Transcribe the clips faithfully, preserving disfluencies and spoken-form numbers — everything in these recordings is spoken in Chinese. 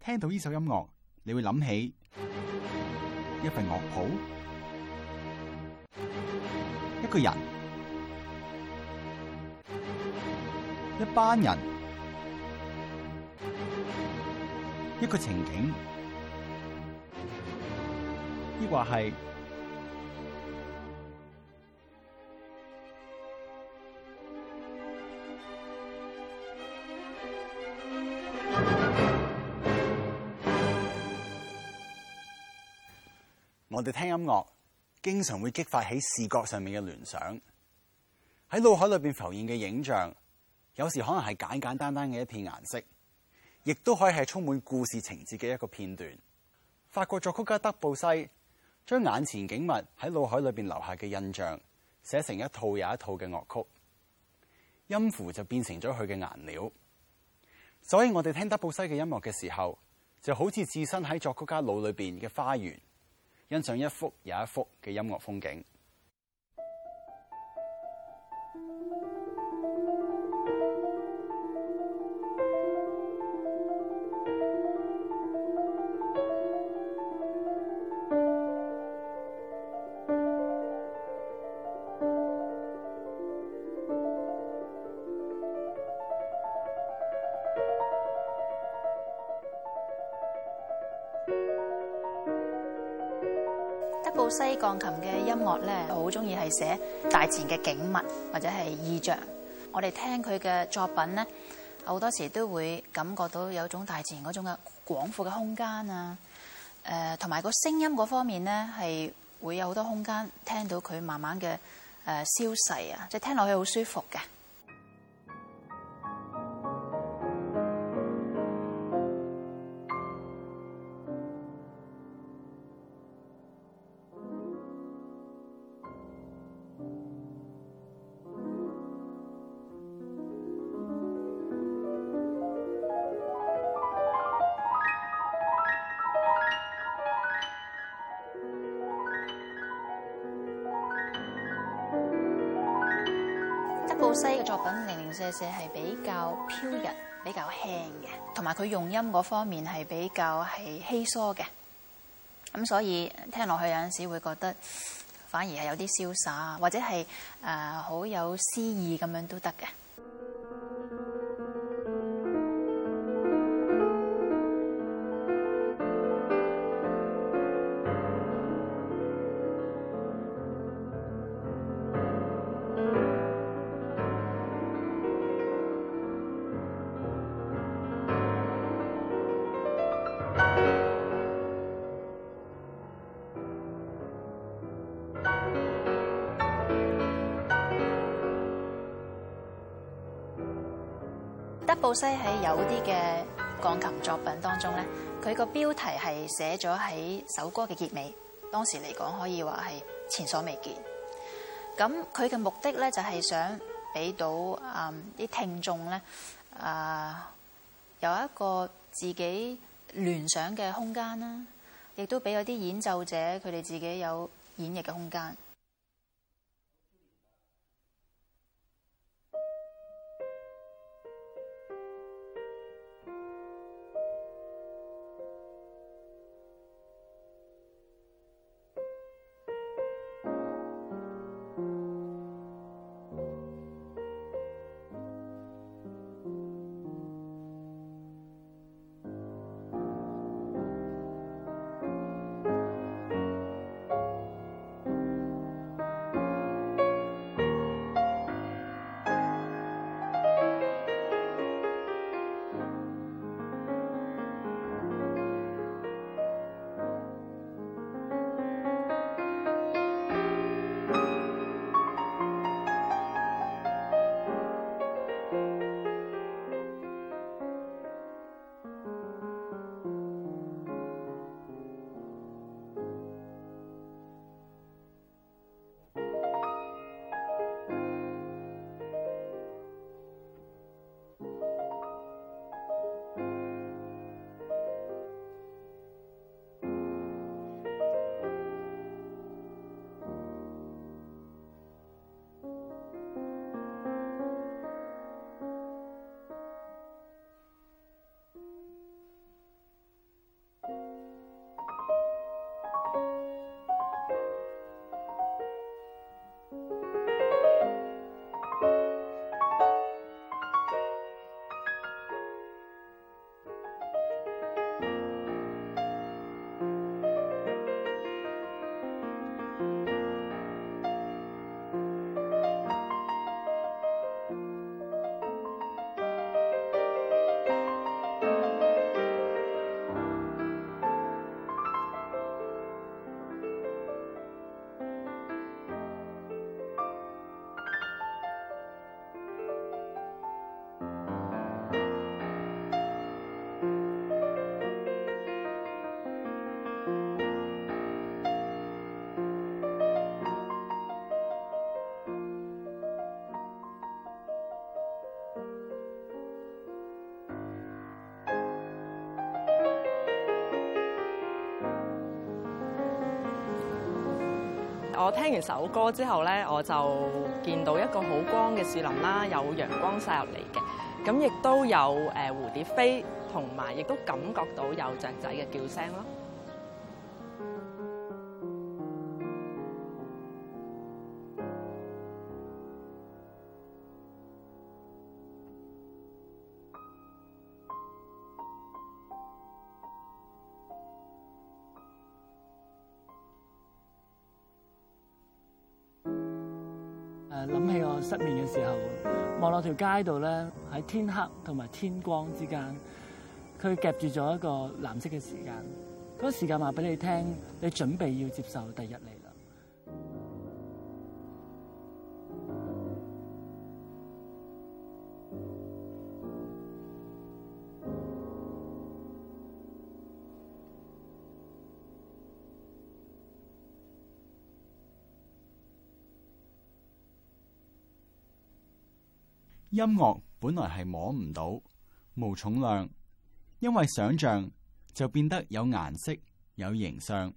聽到呢首音樂，你會諗起一份樂譜、一個人、一班人、一個情景，抑或係我哋聽音樂，經常會激發起視覺上面嘅聯想，喺腦海裏邊浮現嘅影像，有時可能係簡簡單單嘅一片顏色，亦都可以係充滿故事情節嘅一個片段。法國作曲家德布西將眼前景物喺腦海裏邊留下嘅印象，寫成一套又一套嘅樂曲，音符就變成咗佢嘅顏料。所以我哋聽德布西嘅音樂嘅時候，就好似置身喺作曲家腦裏邊嘅花園，欣賞一幅又一幅嘅音樂風景。 德布西鋼琴嘅音樂咧，好中意係寫大自然嘅景物或者係意象。我哋聽佢嘅作品咧，好多時都會感覺到有種大自然嗰種嘅廣闊嘅空間啊。誒，同埋個聲音嗰方面咧，係會有好多空間聽到佢慢慢嘅誒消逝啊，即係聽落去好舒服嘅。德布西嘅作品零零舍舍係比較飄逸、比較輕嘅，同埋佢用音嗰方面係比較係稀疏嘅，咁所以聽落去有陣時會覺得反而係有啲瀟灑，或者係誒好有詩意咁樣都得嘅。德布西喺有啲嘅鋼琴作品當中咧，佢個標題係寫咗喺首歌嘅結尾，當時嚟講可以話係前所未見。咁佢嘅目的咧就係想俾到誒啲聽眾咧誒有一個自己聯想嘅空間啦，亦都俾嗰啲演奏者佢哋自己有演繹嘅空間。 我聽完首歌之後咧，我就見到一個好光嘅樹林啦，有陽光曬入嚟嘅，咁亦都有誒蝴蝶飛，同埋亦都感覺到有雀仔嘅叫聲咯。 誒諗起我失眠嘅時候，望落條街度咧，喺天黑同埋天光之間，佢夾住咗一個藍色嘅時間。嗰個時間話俾你聽，你準備要接受第日嚟啦。 音樂本來係摸唔到、無重量，因為想像就變得有顏色、有形相。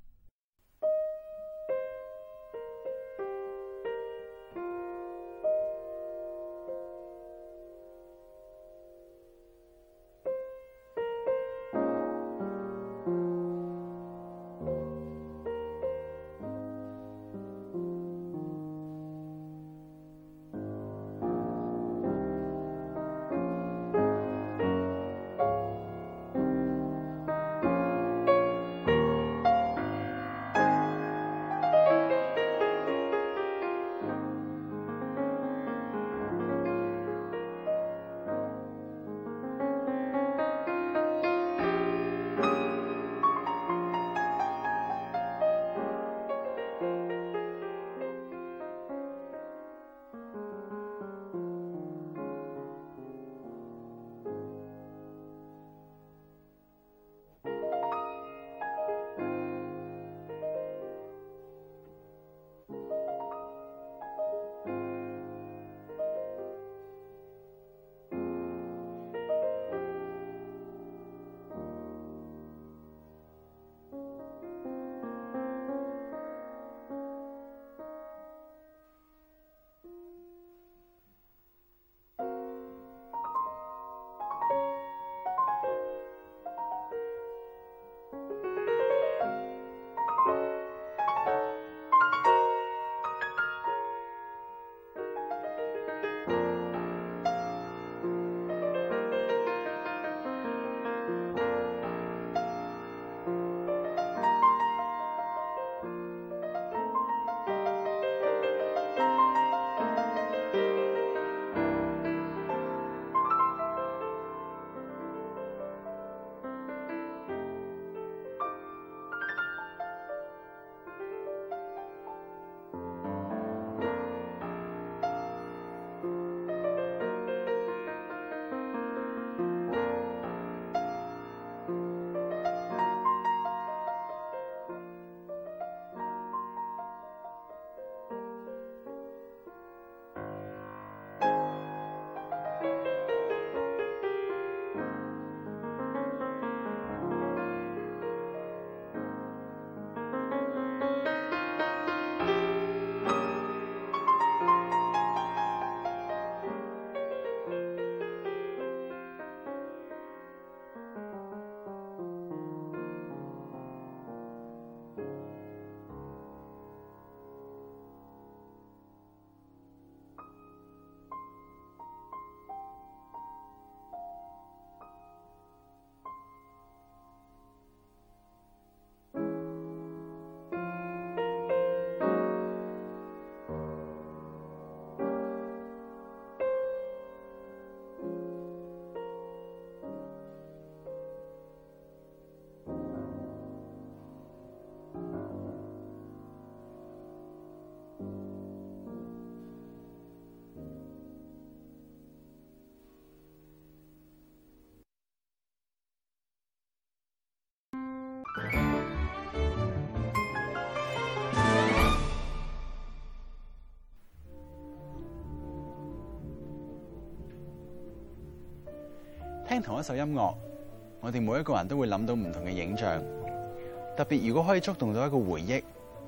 聽同一首音樂，我哋每一個人都會諗到唔同嘅影像。特別如果可以觸動到一個回憶，或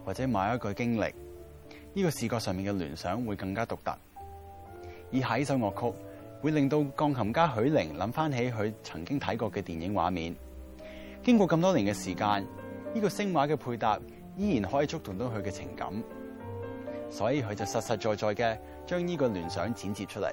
或者某一個經歷，呢個視覺上面嘅聯想會更加獨特。而下呢首樂曲會令到鋼琴家許玲諗翻起佢曾經睇過嘅電影畫面。經過咁多年嘅時間，呢個聲畫嘅配搭依然可以觸動到佢嘅情感，所以佢就實實在在嘅將呢個聯想剪接出嚟。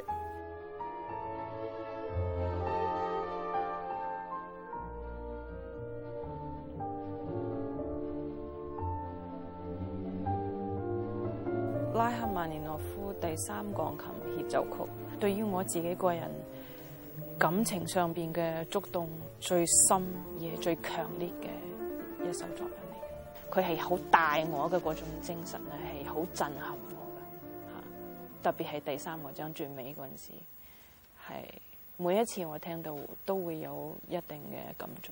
拉赫曼尼諾夫第三鋼琴協奏曲，對於我自己個人感情上邊嘅觸動最深而最強烈嘅一首作品嚟。佢係好帶我嘅嗰種精神咧，係好震撼我嘅嚇。特別係第三個章最尾嗰陣時，係每一次我聽到都會有一定嘅感觸。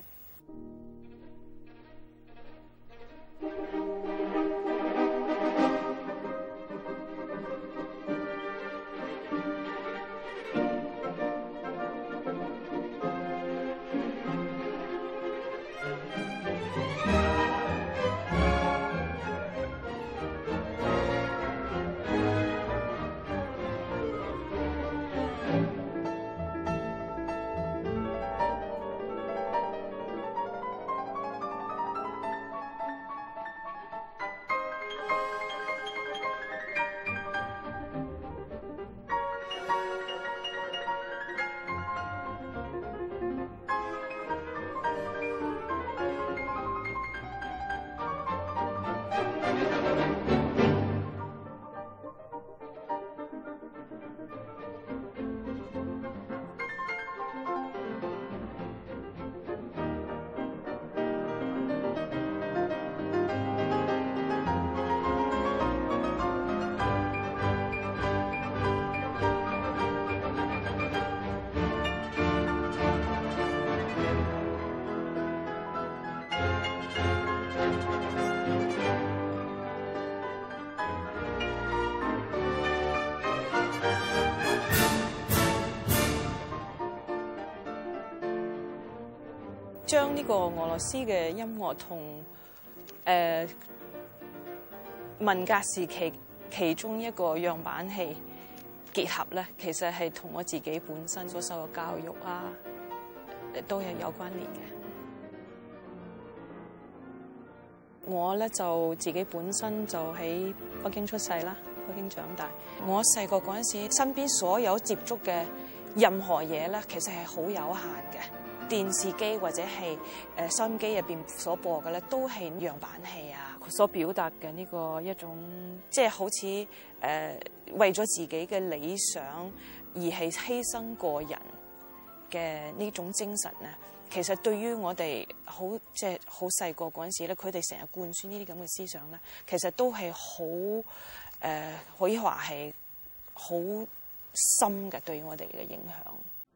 將呢個俄羅斯嘅音樂同誒文革時期其中一個樣板戲結合咧，其實係同我自己本身所受嘅教育啊，都係有關聯嘅。我咧就自己本身就喺北京出世啦，北京長大。我細個嗰陣時，身邊所有接觸嘅任何嘢咧，其實係好有限嘅。電視機或者係誒收音機入邊所播嘅咧，都係樣板戲啊，佢所表達嘅呢個一種，即係好似誒、呃、為咗自己嘅理想而係犧牲個人嘅呢種精神咧，其實對於我哋好即係好細個嗰陣時咧，佢哋成日灌輸呢啲咁嘅思想咧，其實都係好誒可以話係好深嘅對於我哋嘅影響。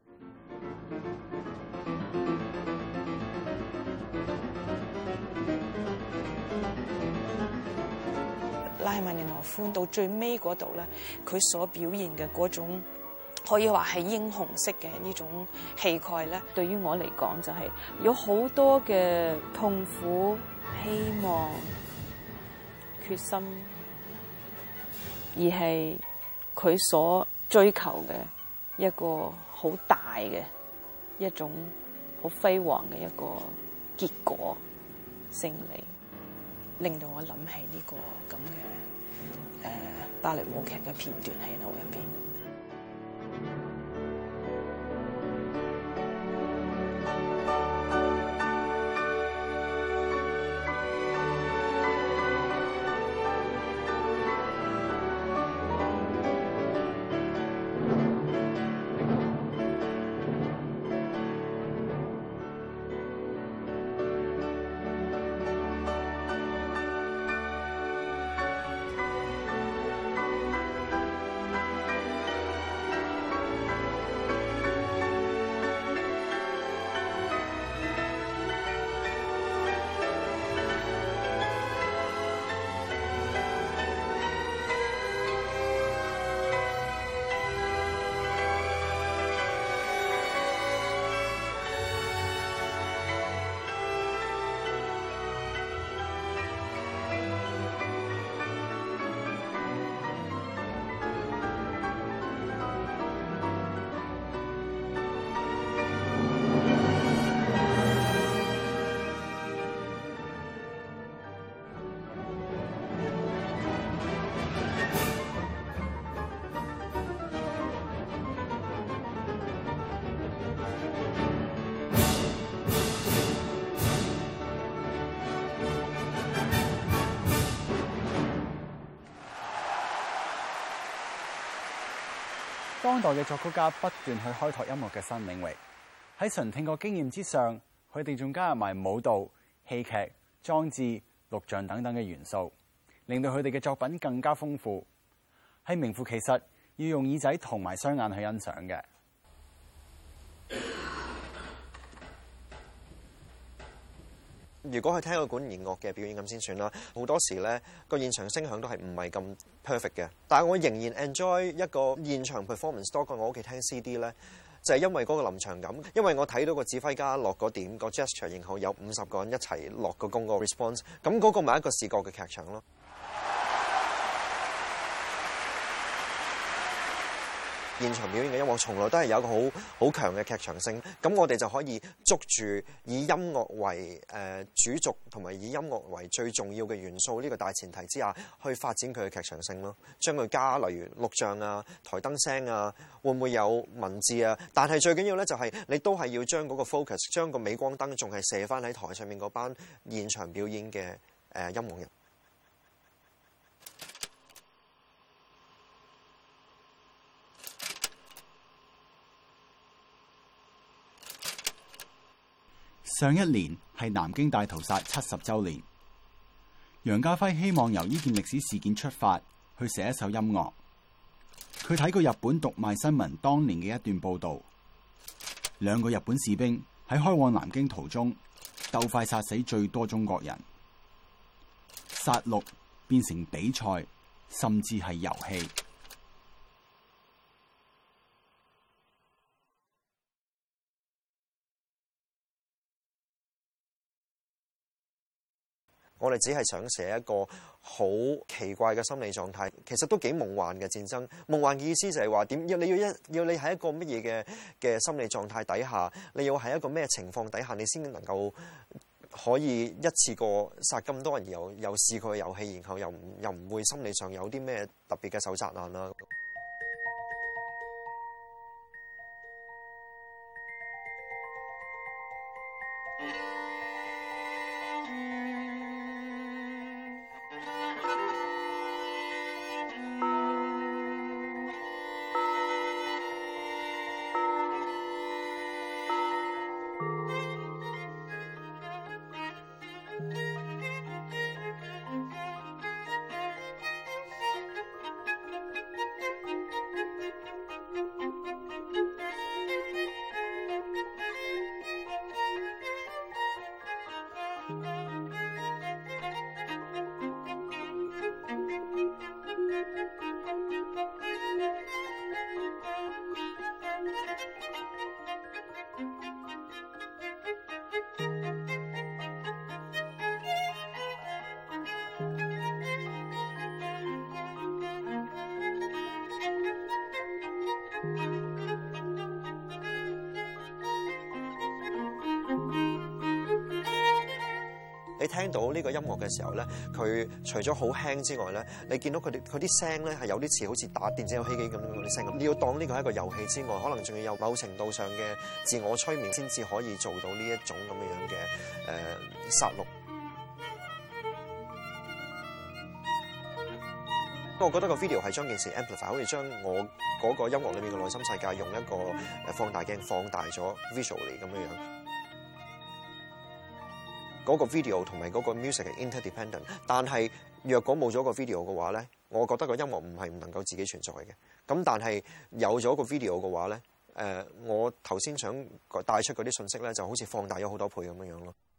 拉赫曼尼諾夫到最尾嗰度咧，佢所表現嘅嗰種可以話係英雄式嘅呢種氣概咧，對於我嚟講就係有好多嘅痛苦、希望、決心，而係佢所追求嘅一個好大嘅一種好輝煌嘅一個結果勝利。令到我諗起呢個咁嘅誒芭蕾舞劇嘅片段喺腦入邊。 當代嘅作曲家不斷去開拓音樂嘅新領域，喺純聽覺經驗之上，佢哋仲加入埋舞蹈、戲劇、裝置、錄像等等嘅元素，令到佢哋嘅作品更加豐富。係名副其實要用耳仔同埋雙眼去欣賞嘅。 如果去聽個管弦樂嘅表演咁先算啦，好多時咧個現場聲響都係唔係咁 perfect 嘅，但係我仍然 enjoy 一個現場 performance 多過我屋企聽 C D 咧，就係因為嗰個臨場感，因為我睇到個指揮家落個點個 gesture，然後有五十個人一齊落個弓個 response，咁嗰個咪一個視覺嘅劇場咯。現場表演嘅音樂從來都係有一個好好強嘅劇場性，咁我哋就可以捉住以音樂為誒、呃、主軸，同埋以音樂為最重要嘅元素呢個大前提之下，去發展佢嘅劇場性咯。將佢加例如錄像啊、台燈聲啊，會唔會有文字啊？但係最緊要咧就係你都係要將嗰個 focus，將個鎂光燈仲係射翻喺台上面嗰班現場表演嘅誒、呃、音樂人。 上一年係南京大屠殺七十週年，楊家輝希望由呢件歷史事件出發，去寫一首音樂。佢睇過日本讀賣新聞當年嘅一段報導，兩個日本士兵喺開往南京途中鬥快殺死最多中國人，殺戮變成比賽，甚至係遊戲。 我哋只係想寫一個好奇怪嘅心理狀態，其實都幾夢幻嘅戰爭。夢幻嘅意思就係話點要你要一要你喺一個乜嘢嘅嘅心理狀態底下，你要喺一個咩情況底下，你先能夠可以一次過殺咁多人，又又試過遊戲，然後又唔又唔會心理上有啲咩特別嘅受責難啦。你聽到呢個音樂嘅時候咧，佢除咗好輕之外咧，你見到佢哋佢啲聲咧係有啲似好似打電子遊戲機咁樣嗰啲聲咁。你要當呢個係一個遊戲之外，可能仲要有某程度上嘅自我催眠，先至可以做到呢一種咁樣樣嘅誒殺戮。我覺得個 video 係將件事 amplify， 好似將我嗰個音樂裏面嘅內心世界用一個誒放大鏡放大咗 visually 咁樣樣。嗰個 video 同埋嗰個 music 係 interdependent， 但係若果冇咗個 video 嘅話咧，我覺得個音樂唔係唔能夠自己存在嘅。咁但係有咗個 video 嘅話咧，誒、呃，我頭先想帶出嗰啲信息咧，就好似放大咗好多倍咁樣樣咯。